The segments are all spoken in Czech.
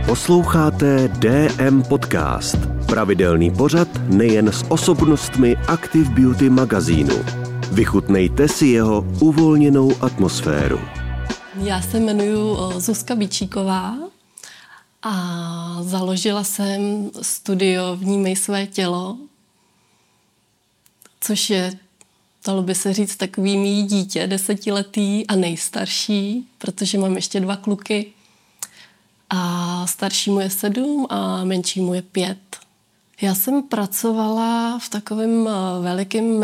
Posloucháte DM Podcast. Pravidelný pořad nejen s osobnostmi Active Beauty magazínu. Vychutnejte si jeho uvolněnou atmosféru. Já se jmenuji Zuzka Bičíková a založila jsem studio Vnímej své tělo, což je, dalo by se říct, takový mý dítě, 10letý a nejstarší, protože mám ještě 2 kluky. A staršímu je 7 a menšímu je 5. Já jsem pracovala v takovém velikém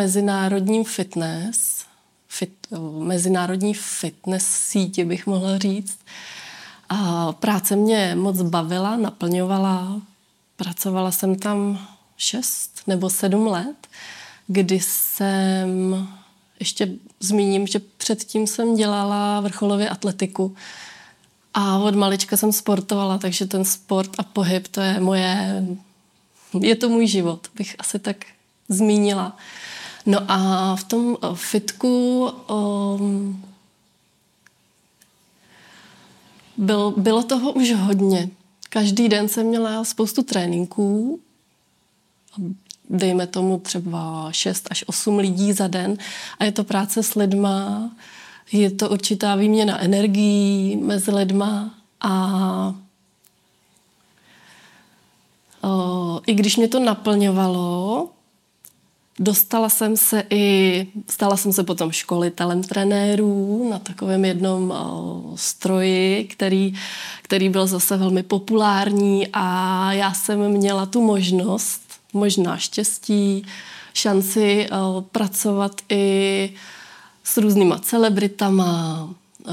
mezinárodní fitness síti, bych mohla říct. A práce mě moc bavila, naplňovala. Pracovala jsem tam 6 nebo 7 let, kdy jsem, ještě zmíním, že předtím jsem dělala vrcholově atletiku. A od malička jsem sportovala, takže ten sport a pohyb, je to můj život, bych asi tak zmínila. No a v tom fitku bylo toho už hodně. Každý den jsem měla spoustu tréninků, dejme tomu třeba 6 až 8 lidí za den a je to práce s lidma, je to určitá výměna energií mezi lidma a i když mě to naplňovalo, stala jsem se potom školitelem trenérů na takovém jednom stroji, který byl zase velmi populární a já jsem měla tu možnost, možná štěstí, šanci pracovat i s různýma celebritama,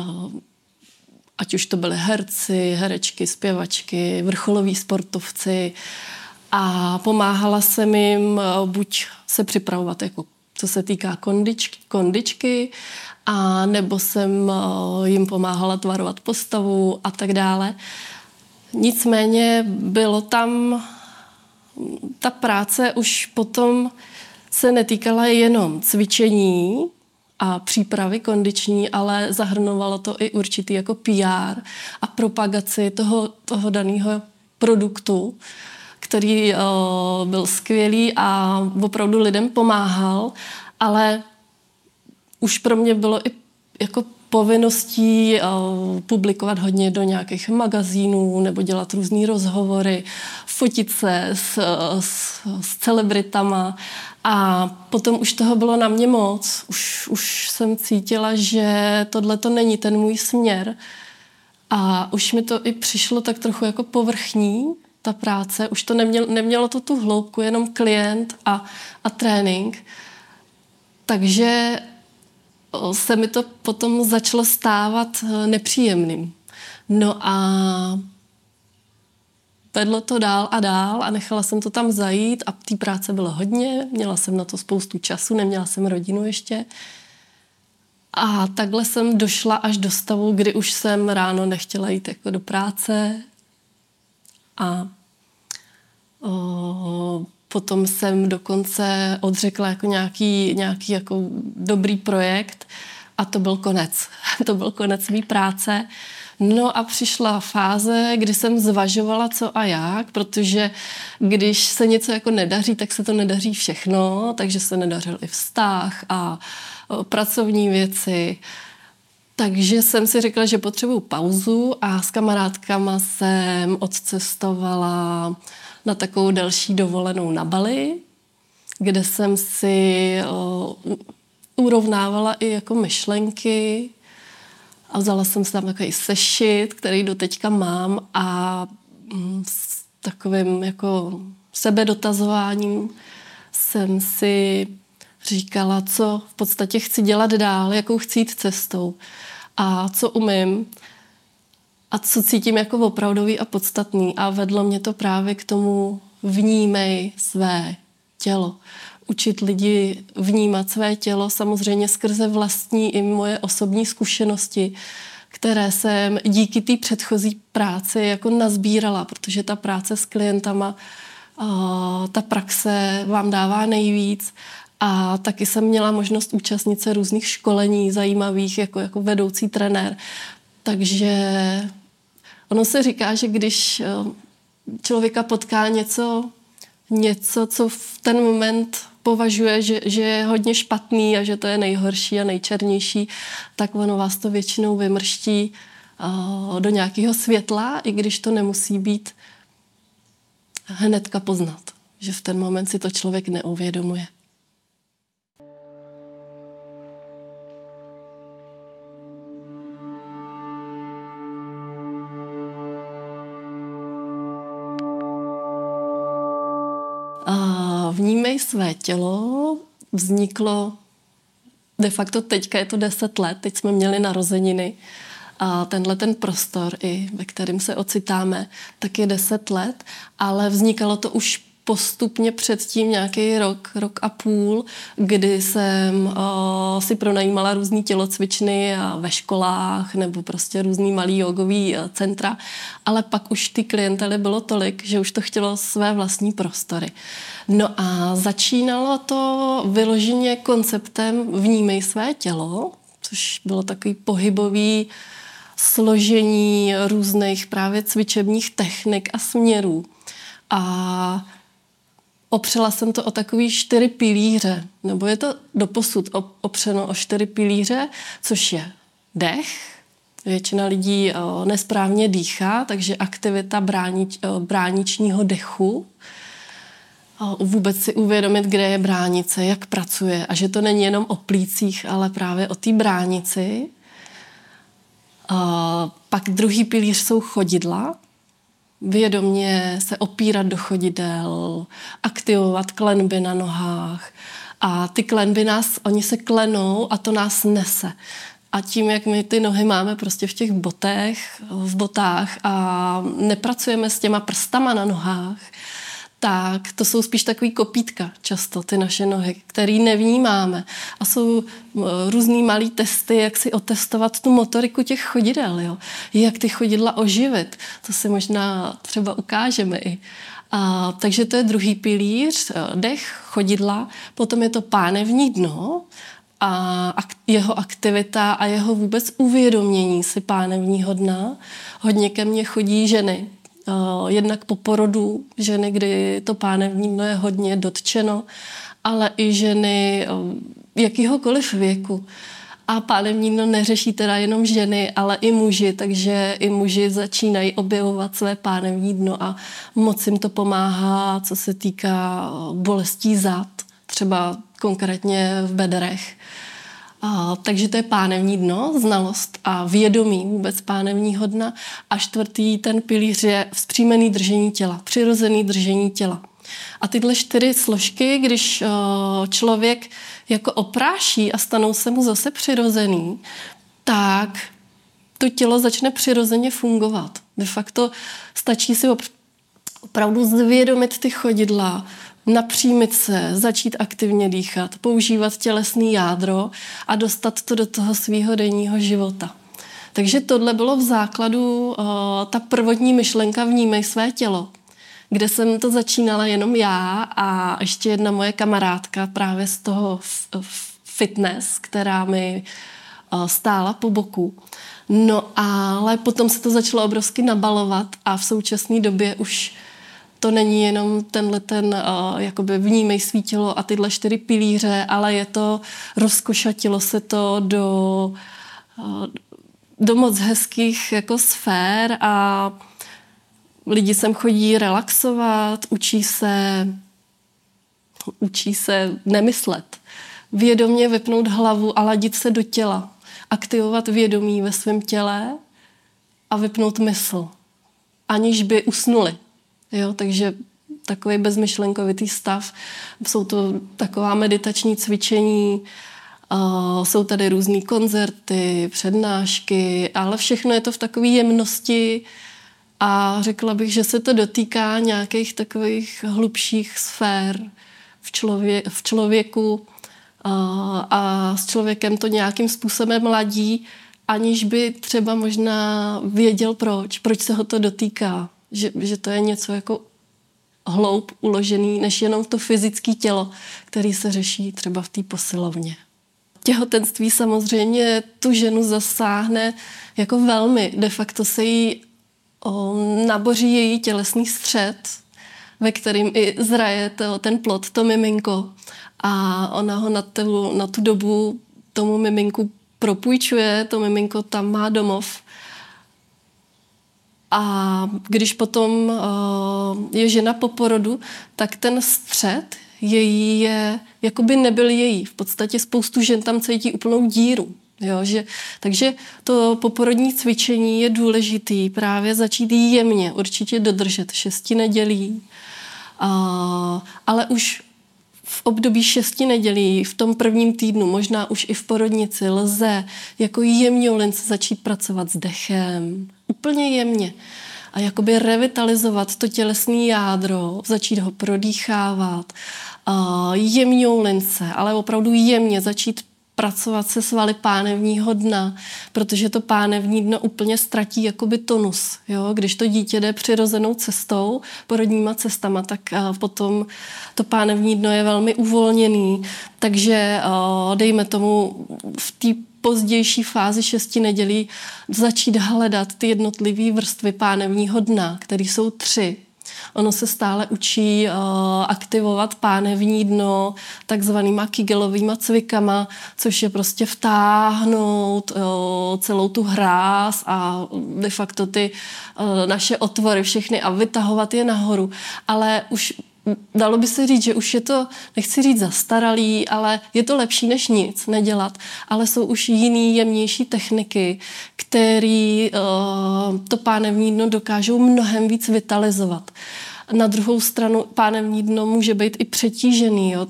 ať už to byly herci, herečky, zpěvačky, vrcholoví sportovci a pomáhala jsem jim buď se připravovat, jako co se týká kondičky, a nebo jsem jim pomáhala tvarovat postavu a tak dále. Nicméně bylo tam, ta práce už potom se netýkala jenom cvičení a přípravy kondiční, ale zahrnovalo to i určitý jako PR a propagaci toho daného produktu, který byl skvělý a opravdu lidem pomáhal, ale už pro mě bylo i jako povinností publikovat hodně do nějakých magazínů nebo dělat různý rozhovory, fotit se s celebritama a potom už toho bylo na mě moc. Už jsem cítila, že tohle to není ten můj směr a už mi to i přišlo tak trochu jako povrchní, ta práce. Už to nemělo to tu hloubku, jenom klient a trénink. Takže se mi to potom začalo stávat nepříjemným. No a vedlo to dál a dál a nechala jsem to tam zajít a té práce bylo hodně, měla jsem na to spoustu času, neměla jsem rodinu ještě. A takhle jsem došla až do stavu, kdy už jsem ráno nechtěla jít jako do práce a potom jsem dokonce odřekla jako nějaký jako dobrý projekt a to byl konec. To byl konec mý práce. No a přišla fáze, kdy jsem zvažovala co a jak, protože když se něco jako nedaří, tak se to nedaří všechno, takže se nedařil i vztah a pracovní věci. Takže jsem si řekla, že potřebuju pauzu a s kamarádkama jsem odcestovala na takovou delší dovolenou na Bali, kde jsem si urovnávala i jako myšlenky a vzala jsem si tam takový sešit, který doteďka mám a s takovým jako sebedotazováním jsem si říkala, co v podstatě chci dělat dál, jakou chci jít cestou a co umím a co cítím jako opravdový a podstatný. A vedlo mě to právě k tomu vnímej své tělo. Učit lidi vnímat své tělo, samozřejmě skrze vlastní i moje osobní zkušenosti, které jsem díky té předchozí práci jako nazbírala, protože ta práce s klientama, ta praxe vám dává nejvíc. A taky jsem měla možnost účastnit se různých školení zajímavých jako vedoucí trenér. Takže Ono se říká, že když člověka potká něco, co v ten moment považuje, že je hodně špatný a že to je nejhorší a nejčernější, tak ono vás to většinou vymrští do nějakého světla, i když to nemusí být hnedka poznat, že v ten moment si to člověk neuvědomuje. Vnímej své tělo vzniklo de facto teďka je to 10 let, teď jsme měli narozeniny a ten prostor, i ve kterém se ocitáme, tak je 10 let, ale vznikalo to už postupně předtím nějaký rok a půl, kdy jsem si pronajímala různý tělocvičny ve školách nebo prostě různý malý jogový centra, ale pak už ty klientely bylo tolik, že už to chtělo své vlastní prostory. No a začínalo to vyloženě konceptem vnímej své tělo, což bylo takový pohybový složení různých právě cvičebních technik a směrů. A opřela jsem to o takový 4 pilíře, nebo je to doposud opřeno o 4 pilíře, což je dech. Většina lidí nesprávně dýchá, takže aktivita bráničního dechu. Vůbec si uvědomit, kde je bránice, jak pracuje a že to není jenom o plících, ale právě o té bránici. Pak druhý pilíř jsou chodidla. Vědomě se opírat do chodidel, aktivovat klenby na nohách. A ty klenby oni se klenou a to nás nese. A tím, jak my ty nohy máme prostě v těch v botách a nepracujeme s těma prstama na nohách, tak to jsou spíš takový kopítka často, ty naše nohy, který nevnímáme. A jsou různý malý testy, jak si otestovat tu motoriku těch chodidel, jo? Jak ty chodidla oživit. To si možná třeba ukážeme i. Takže to je druhý pilíř, dech, chodidla, potom je to pánevní dno a jeho aktivita a jeho vůbec uvědomění si pánevního dna. Hodně ke mně chodí ženy, jednak po porodu ženy, kdy to pánevní dno je hodně dotčeno, ale i ženy jakýhokoliv věku. A pánevní dno neřeší teda jenom ženy, ale i muži, takže i muži začínají objevovat své pánevní dno a moc jim to pomáhá, co se týká bolestí zad, třeba konkrétně v bedrech. Takže to je pánevní dno, znalost a vědomí vůbec pánevního dna. A 4. ten pilíř je vzpřímený držení těla, přirozený držení těla. A tyhle 4 složky, když člověk jako opráší a stanou se mu zase přirozený, tak to tělo začne přirozeně fungovat. De facto stačí si opravdu zvědomit ty chodidla, napřímit se, začít aktivně dýchat, používat tělesný jádro a dostat to do toho svého denního života. Takže tohle bylo v základu ta prvotní myšlenka vnímej své tělo, kde jsem to začínala jenom já a ještě jedna moje kamarádka právě z toho fitness, která mi stála po boku. No ale potom se to začalo obrovsky nabalovat a v současné době už to není jenom jakoby vnímej svý tělo a tyhle 4 pilíře, ale je to, rozkošatilo se to do moc hezkých jako sfér a lidi sem chodí relaxovat, učí se nemyslet, vědomě vypnout hlavu a ladit se do těla, aktivovat vědomí ve svém těle a vypnout mysl, aniž by usnuli. Jo, takže takový bezmyšlenkovitý stav. Jsou to taková meditační cvičení, jsou tady různý koncerty, přednášky, ale všechno je to v takové jemnosti a řekla bych, že se to dotýká nějakých takových hlubších sfér v člověku a s člověkem to nějakým způsobem ladí, aniž by třeba možná věděl proč se ho to dotýká. Že to je něco jako hloub uložený, než jenom to fyzické tělo, který se řeší třeba v té posilovně. Těhotenství samozřejmě tu ženu zasáhne jako velmi. De facto se jí naboří její tělesný střed, ve kterým i zraje ten plod, to miminko. A ona ho na tu dobu tomu miminku propůjčuje, to miminko tam má domov. A když potom je žena po porodu, tak ten střed její je, jakoby nebyl její. V podstatě spoustu žen tam cítí úplnou díru. Jo, takže to poporodní cvičení je důležitý právě začít jemně, určitě dodržet 6 nedělí. Ale už v období 6 nedělí, v tom prvním týdnu, možná už i v porodnici, lze jako jemňoulince začít pracovat s dechem. Úplně jemně. A jakoby revitalizovat to tělesné jádro, začít ho prodýchávat. Jemňoulince, ale opravdu jemně začít pracovat se svaly pánevního dna, protože to pánevní dno úplně ztratí jakoby tonus. Jo? Když to dítě jde přirozenou cestou, porodníma cestama, tak potom to pánevní dno je velmi uvolněný. Takže dejme tomu v té pozdější fázi 6 nedělí začít hledat ty jednotlivé vrstvy pánevního dna, které jsou 3. Ono se stále učí aktivovat pánevní dno takzvanýma Kegelovýma cvikama, což je prostě vtáhnout celou tu hráz a de facto ty naše otvory všechny a vytahovat je nahoru. Ale už dalo by se říct, že už je to, nechci říct zastaralý, ale je to lepší než nic nedělat. Ale jsou už jiný jemnější techniky, které to pánevní dno dokážou mnohem víc vitalizovat. Na druhou stranu pánevní dno může být i přetížený. Jo?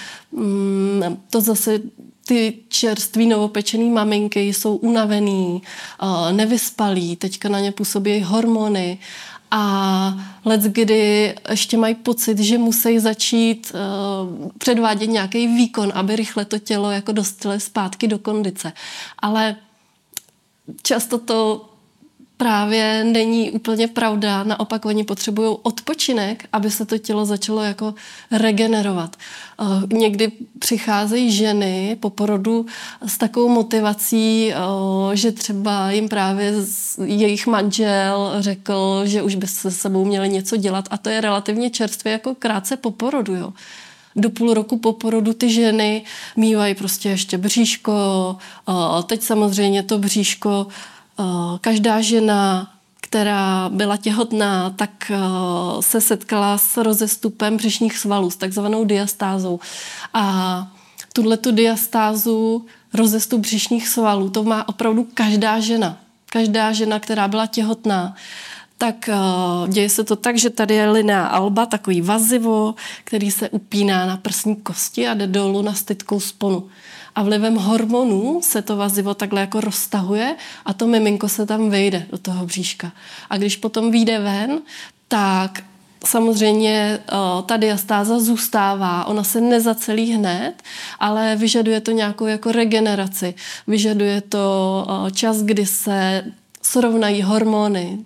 To zase ty čerství novopečený maminky jsou unavený, nevyspalí, teďka na ně působí hormony a leckdy ještě mají pocit, že musí začít předvádět nějaký výkon, aby rychle to tělo jako dostalo zpátky do kondice. Ale často to právě není úplně pravda. Naopak oni potřebují odpočinek, aby se to tělo začalo jako regenerovat. Někdy přicházejí ženy po porodu s takovou motivací, že třeba jim právě jejich manžel řekl, že už by se sebou měli něco dělat a to je relativně čerstvě jako krátce po porodu. Jo. Do půl roku po porodu ty ženy mívají prostě ještě bříško. Teď samozřejmě to bříško každá žena, která byla těhotná, tak se setkala s rozestupem břišních svalů, s takzvanou diastázou. A tuhletu diastázu, rozestup břišních svalů, to má opravdu každá žena. Každá žena, která byla těhotná. Tak děje se to tak, že tady je linea alba, takový vazivo, který se upíná na prsní kosti a jde dolů na stytkou sponu. A vlivem hormonů se to vazivo takhle jako roztahuje a to miminko se tam vejde do toho bříška. A když potom vyjde ven, tak samozřejmě ta diastáza zůstává, ona se nezacelí hned, ale vyžaduje to nějakou jako regeneraci. Vyžaduje to čas, kdy se srovnají hormony,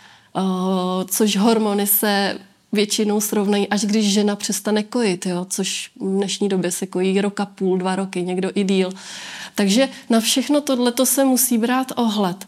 což hormony se většinou srovnají, až když žena přestane kojit, jo? Což v dnešní době se kojí 1,5 roku, 2 roky, někdo i díl. Takže na všechno tohleto se musí brát ohled.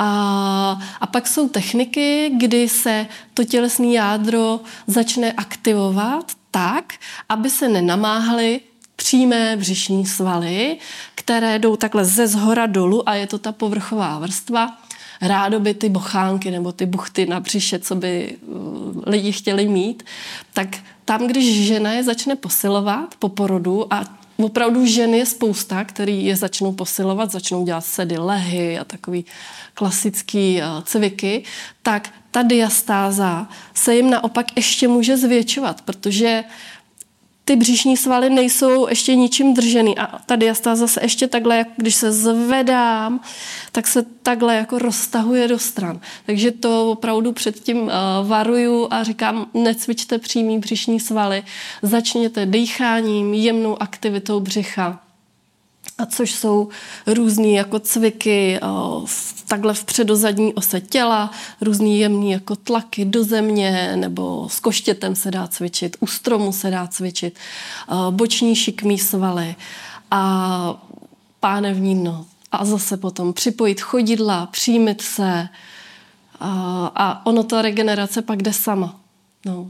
A pak jsou techniky, kdy se to tělesné jádro začne aktivovat tak, aby se nenamáhaly přímé břišní svaly, které jdou takhle ze zhora dolů a je to ta povrchová vrstva. Rádoby ty bochánky nebo ty buchty na břiše, co by lidi chtěli mít, tak tam, když žena je začne posilovat po porodu a opravdu žen je spousta, který je začnou posilovat, začnou dělat sedy, lehy a takový klasický cviky, tak ta diastáza se jim naopak ještě může zvětšovat, protože ty břišní svaly nejsou ještě ničím držený a ta diastáza se ještě takhle, jak když se zvedám, tak se takhle jako roztahuje do stran. Takže to opravdu předtím varuju a říkám, necvičte přímý břišní svaly, začněte dýcháním, jemnou aktivitou břicha. A což jsou různý jako cviky takhle v předozadní ose těla, různý jemný jako tlaky do země, nebo s koštětem se dá cvičit, u stromu se dá cvičit, boční šikmý svaly a pánevní dno. A zase potom připojit chodidla, přímit se, A ono ta regenerace pak jde sama. No.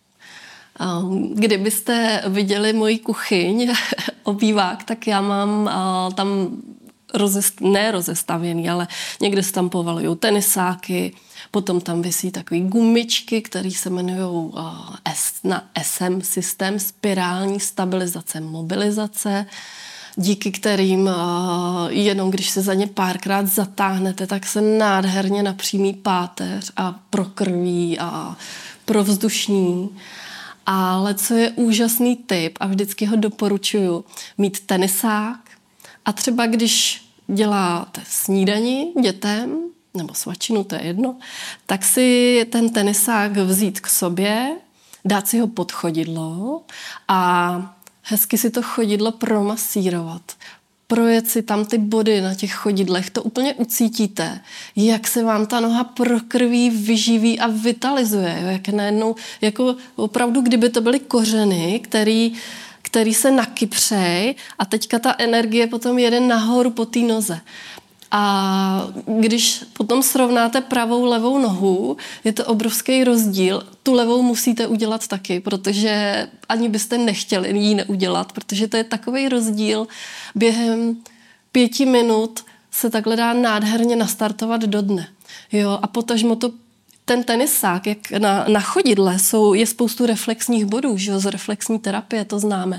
Kdybyste viděli moji kuchyň, obývák, tak já mám tam ne rozestavěný, ale někde se tam povalují tenisáky, potom tam visí takový gumičky, které se jmenují na SM systém, spirální stabilizace, mobilizace, díky kterým jenom když se za ně párkrát zatáhnete, tak se nádherně napřímí páteř a prokrví a provzdušní. Ale co je úžasný tip a vždycky ho doporučuju, mít tenisák a třeba když děláte snídani dětem nebo svačinu, to je jedno, tak si ten tenisák vzít k sobě, dát si ho pod chodidlo a hezky si to chodidlo promasírovat. Projet si tam ty body na těch chodidlech, to úplně ucítíte, jak se vám ta noha prokrví, vyživí a vitalizuje. Jo? Jak najednou, jako opravdu, kdyby to byly kořeny, který se nakypřej a teďka ta energie potom jede nahoru po té noze. A když potom srovnáte pravou, levou nohu, je to obrovský rozdíl. Tu levou musíte udělat taky, protože ani byste nechtěli ji neudělat, protože to je takový rozdíl. Během 5 minut se takhle dá nádherně nastartovat do dne. Jo, a potažmo ten tenisák, jak na chodidle je spoustu reflexních bodů, že jo, z reflexní terapie, to známe.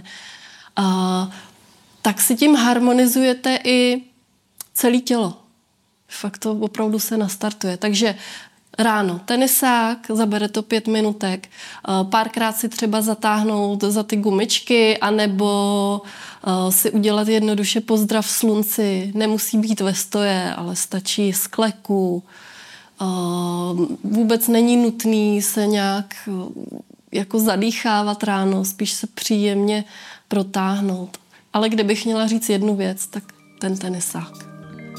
Tak si tím harmonizujete i celé tělo. Fakt to opravdu se nastartuje. Takže ráno tenisák, zabere to 5 minutek, párkrát si třeba zatáhnout za ty gumičky, anebo si udělat jednoduše pozdrav slunci. Nemusí být ve stoje, ale stačí z kleku. Vůbec není nutný se nějak jako zadýchávat ráno, spíš se příjemně protáhnout. Ale kdybych měla říct jednu věc, tak ten tenisák.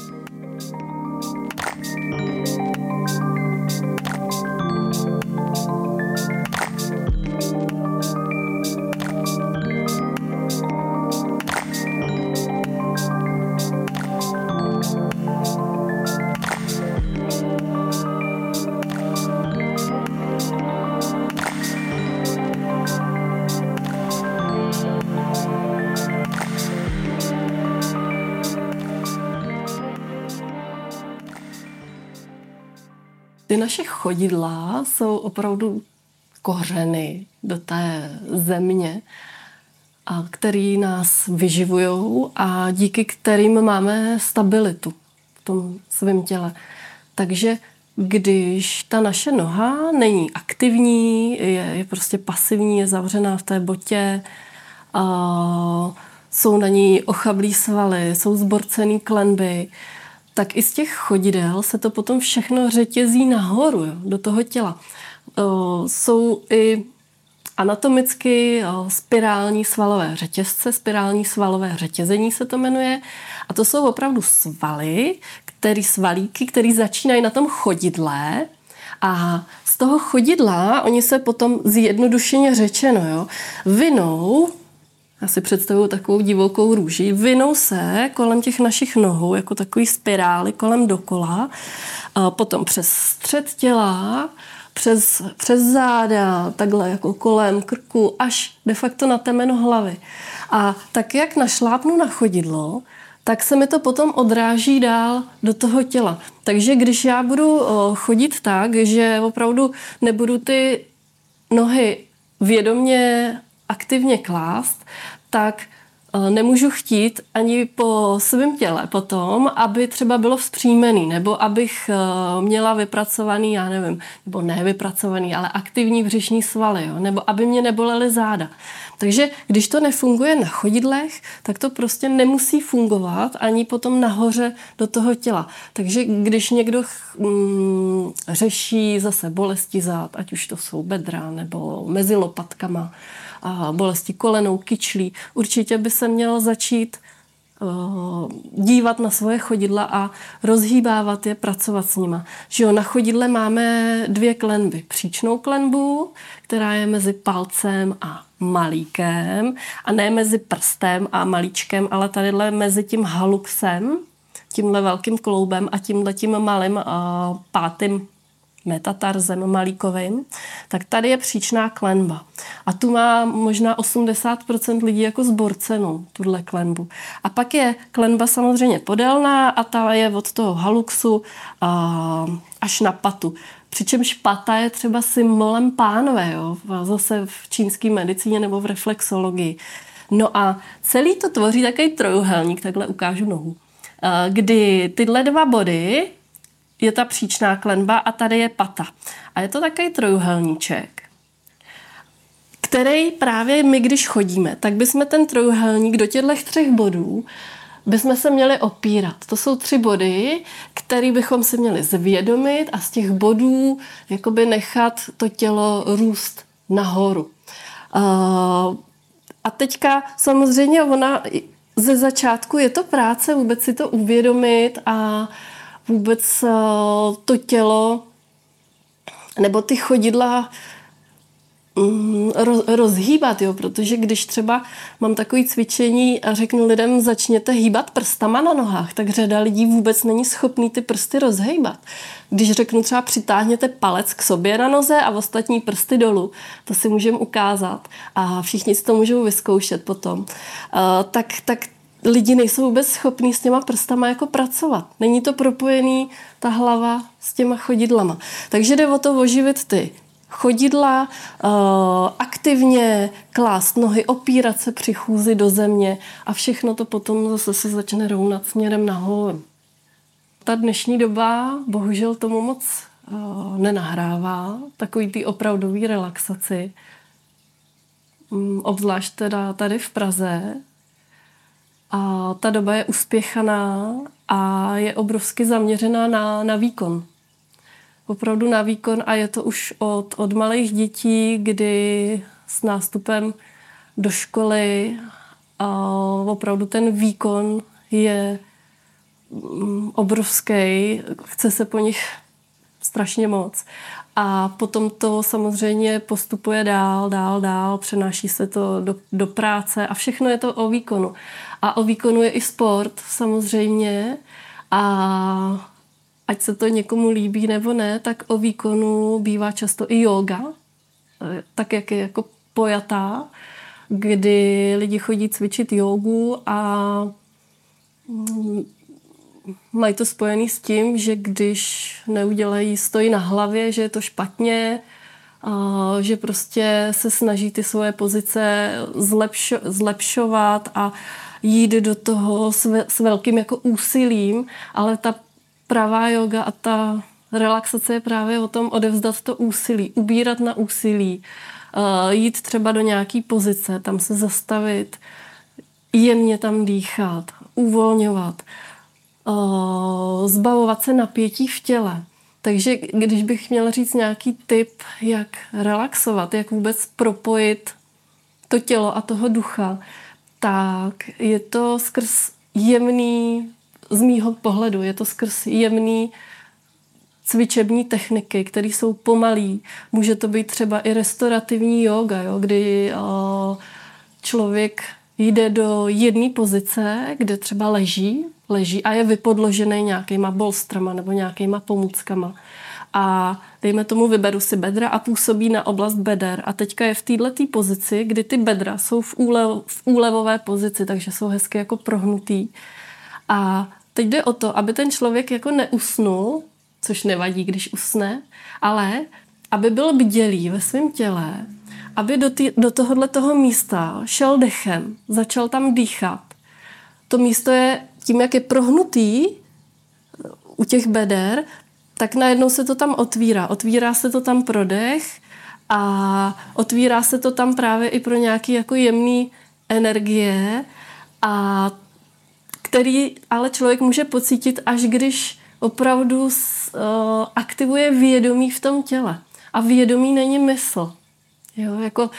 Ty naše chodidla jsou opravdu kořeny do té země, který nás vyživujou a díky kterým máme stabilitu v tom svém těle. Takže když ta naše noha není aktivní, je prostě pasivní, je zavřená v té botě, jsou na ní ochablý svaly, jsou zborcený klenby, tak i z těch chodidel se to potom všechno řetězí nahoru, jo, do toho těla. Jsou i anatomicky spirální svalové řetězce, spirální svalové řetězení se to jmenuje. A to jsou opravdu svalíky, které začínají na tom chodidle. A z toho chodidla, oni se potom zjednodušeně řečeno, jo, vinou, já si představuju takovou divokou růži, vinou se kolem těch našich nohou, jako takový spirály kolem dokola, potom přes střed těla, přes záda, takhle jako kolem krku, až de facto na temeno hlavy. A tak, jak našlápnu na chodidlo, tak se mi to potom odráží dál do toho těla. Takže když já budu chodit tak, že opravdu nebudu ty nohy vědomě aktivně klást, tak nemůžu chtít ani po svém těle potom, aby třeba bylo vzpřímený, nebo abych měla vypracovaný, já nevím, nebo nevypracovaný, ale aktivní břišní svaly, jo? Nebo aby mě nebolely záda. Takže když to nefunguje na chodidlech, tak to prostě nemusí fungovat ani potom nahoře do toho těla. Takže když někdo řeší zase bolesti zád, ať už to jsou bedra nebo mezi lopatkama, a bolesti kolenou, kyčlí, určitě by se měl začít dívat na svoje chodidla a rozhýbávat je, pracovat s nima. Že jo, na chodidle máme 2 klenby. Příčnou klenbu, která je mezi palcem a malíkem, a ne mezi prstem a malíčkem, ale tadyhle mezi tím haluxem, tímhle velkým kloubem a tímhletím malým pátým metatarzem malíkovým, tak tady je příčná klenba. A tu má možná 80% lidí jako zborcenou, tuhle klenbu. A pak je klenba samozřejmě podélná a ta je od toho haluxu až na patu. Přičemž pata je třeba symbolem pánve, jo? Zase v čínské medicíně nebo v reflexologii. No a celý to tvoří takový trojuhelník, takhle ukážu nohu, kdy tyhle dva body je ta příčná klenba a tady je pata. A je to takový trojuhelníček, který právě my, když chodíme, tak bychom ten trojuhelník do těchto 3 bodů bychom se měli opírat. To jsou 3 body, které bychom si měli zvědomit a z těch bodů jakoby nechat to tělo růst nahoru. A teďka samozřejmě ona ze začátku je to práce vůbec si to uvědomit a vůbec to tělo nebo ty chodidla rozhýbat, jo, protože když třeba mám takové cvičení a řeknu lidem, začněte hýbat prstama na nohách, tak řada lidí vůbec není schopný ty prsty rozhýbat. Když řeknu třeba přitáhněte palec k sobě na noze a ostatní prsty dolů, to si můžeme ukázat a všichni si to můžou vyzkoušet potom, tak lidi nejsou vůbec schopní s těma prstama jako pracovat. Není to propojený ta hlava s těma chodidlama. Takže jde o to oživit ty chodidla, aktivně klást nohy, opírat se při chůzi do země a všechno to potom zase se začne rovnat směrem nahoru. Ta dnešní doba bohužel tomu moc nenahrává, takový ty opravdový relaxaci, obzvlášť teda tady v Praze. A ta doba je uspěchaná a je obrovsky zaměřená na výkon. Opravdu na výkon a je to už od malých dětí, kdy s nástupem do školy a opravdu ten výkon je obrovský, chce se po nich strašně moc. A potom to samozřejmě postupuje dál, přenáší se to do práce a všechno je to o výkonu. A o výkonu je i sport samozřejmě a ať se to někomu líbí nebo ne, tak o výkonu bývá často i yoga, tak jak je jako pojatá, kdy lidi chodí cvičit jógu a mají to spojený s tím, že když neudělají, stojí na hlavě, že je to špatně, že prostě se snaží ty svoje pozice zlepšovat a jít do toho s velkým jako úsilím, ale ta pravá yoga a ta relaxace je právě o tom odevzdat to úsilí, ubírat na úsilí, jít třeba do nějaký pozice, tam se zastavit, jemně tam dýchat, uvolňovat, zbavovat se napětí v těle. Takže když bych měla říct nějaký tip, jak relaxovat, jak vůbec propojit to tělo a toho ducha, tak je to skrz jemný, z mýho pohledu, je to skrz jemný cvičební techniky, které jsou pomalý. Může to být třeba i restaurativní yoga, jo, kdy člověk jde do jedné pozice, kde třeba leží a je vypodložený nějakýma bolstrama nebo nějakýma pomůckama. A dejme tomu, vyberu si bedra a působí na oblast beder. A teďka je v této pozici, kdy ty bedra jsou v úlevové pozici, takže jsou hezky jako prohnutý. A teď jde o to, aby ten člověk jako neusnul, což nevadí, když usne, ale aby byl bdělý ve svém těle, aby do tohoto místa šel dechem, začal tam dýchat. To místo je tím, jak je prohnutý u těch beder, tak najednou se to tam otvírá. Otvírá se to tam pro dech a otvírá se to tam právě i pro nějaké jako jemné energie, a který ale člověk může pocítit, až když opravdu aktivuje vědomí v tom těle. A vědomí není mysl. Jo, jako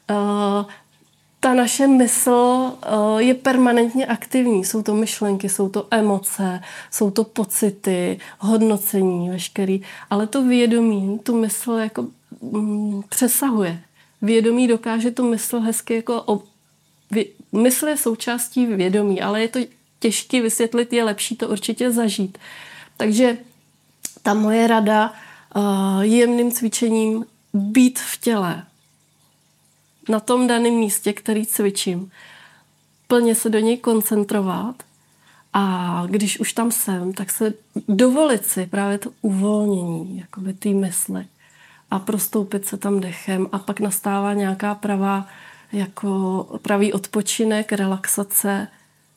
ta naše mysl je permanentně aktivní. Jsou to myšlenky, jsou to emoce, jsou to pocity, hodnocení veškerý. Ale to vědomí, tu mysl jako přesahuje. Vědomí dokáže tu mysl hezky jako... Mysl je součástí vědomí, ale je to těžké vysvětlit, je lepší to určitě zažít. Takže ta moje rada jemným cvičením být v těle. Na tom daném místě, který cvičím. Plně se do něj koncentrovat a když už tam jsem, tak se dovolit si právě to uvolnění, jakoby té mysli a prostoupit se tam dechem a pak nastává nějaká pravý odpočinek, relaxace,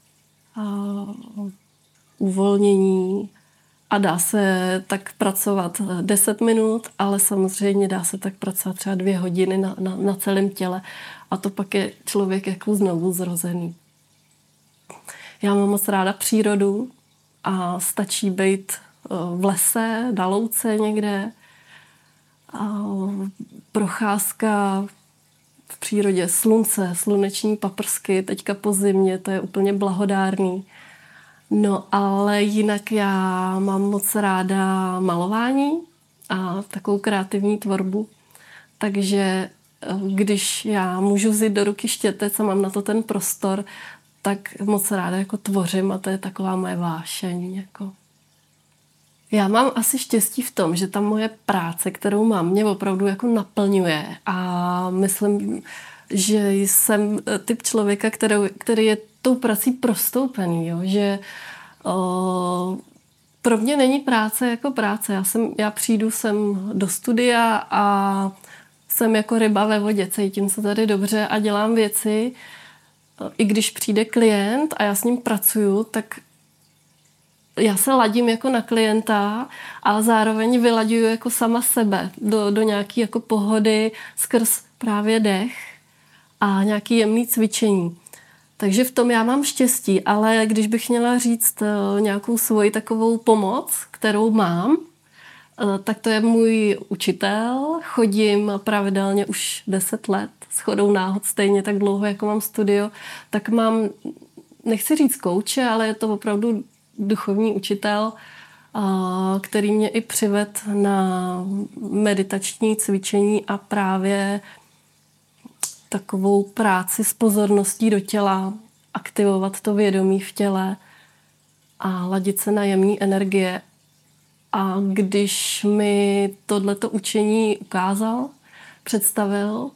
uvolnění a dá se tak pracovat 10 minut, ale samozřejmě dá se tak pracovat třeba 2 hodiny na celém těle a to pak je člověk jako znovu zrozený. Já mám moc ráda přírodu a stačí být v lese, na louce někde. A procházka v přírodě, slunce, sluneční paprsky, teďka po zimě, to je úplně blahodárný. No ale jinak já mám moc ráda malování a takovou kreativní tvorbu. Takže když já můžu vzít do ruky štětec a mám na to ten prostor, tak moc ráda jako tvořím a to je taková moje vášeň. Jako. Já mám asi štěstí v tom, že ta moje práce, kterou mám, mě opravdu jako naplňuje a myslím, že jsem typ člověka, který je tou prací prostoupený, jo? Že pro mě není práce jako práce. Já přijdu sem do studia a jsem jako ryba ve vodě, cítím se tady dobře a dělám věci. I když přijde klient a já s ním pracuju, tak já se ladím jako na klienta a zároveň vylaďuju jako sama sebe do nějaký jako pohody skrz právě dech a nějaký jemný cvičení. Takže v tom já mám štěstí, ale když bych měla říct nějakou svoji takovou pomoc, kterou mám, tak to je můj učitel. Chodím pravidelně už 10 let, shodou náhod stejně tak dlouho, jako mám studio, tak mám, nechci říct kouče, ale je to opravdu duchovní učitel, který mě i přivedl na meditační cvičení a právě takovou práci s pozorností do těla, aktivovat to vědomí v těle a ladit se na jemné energie. A když mi tohleto učení ukázal, představil,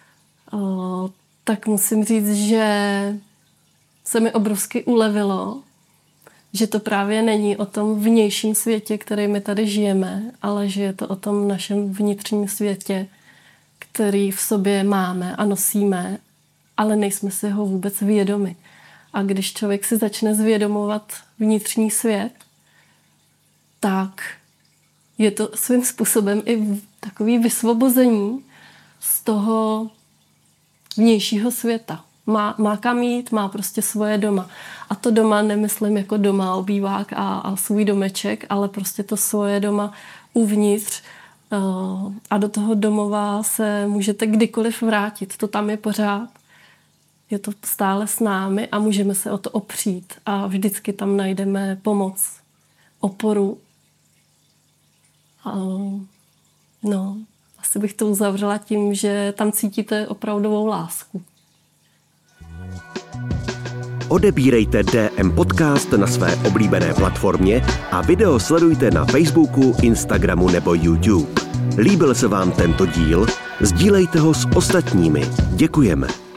tak musím říct, že se mi obrovsky ulevilo, že to právě není o tom vnějším světě, který my tady žijeme, ale že je to o tom našem vnitřním světě, který v sobě máme a nosíme, ale nejsme si ho vůbec vědomi. A když člověk si začne zvědomovat vnitřní svět, tak je to svým způsobem i takový vysvobození z toho vnějšího světa. Má kam jít, má prostě svoje doma. A to doma nemyslím jako doma, obývák a svůj domeček, ale prostě to svoje doma uvnitř a do toho domova se můžete kdykoliv vrátit. To tam je pořád. Je to stále s námi a můžeme se o to opřít a vždycky tam najdeme pomoc, oporu. Asi bych to uzavřela tím, že tam cítíte opravdovou lásku. Odebírejte DM Podcast na své oblíbené platformě a video sledujte na Facebooku, Instagramu nebo YouTube. Líbil se vám tento díl? Sdílejte ho s ostatními. Děkujeme.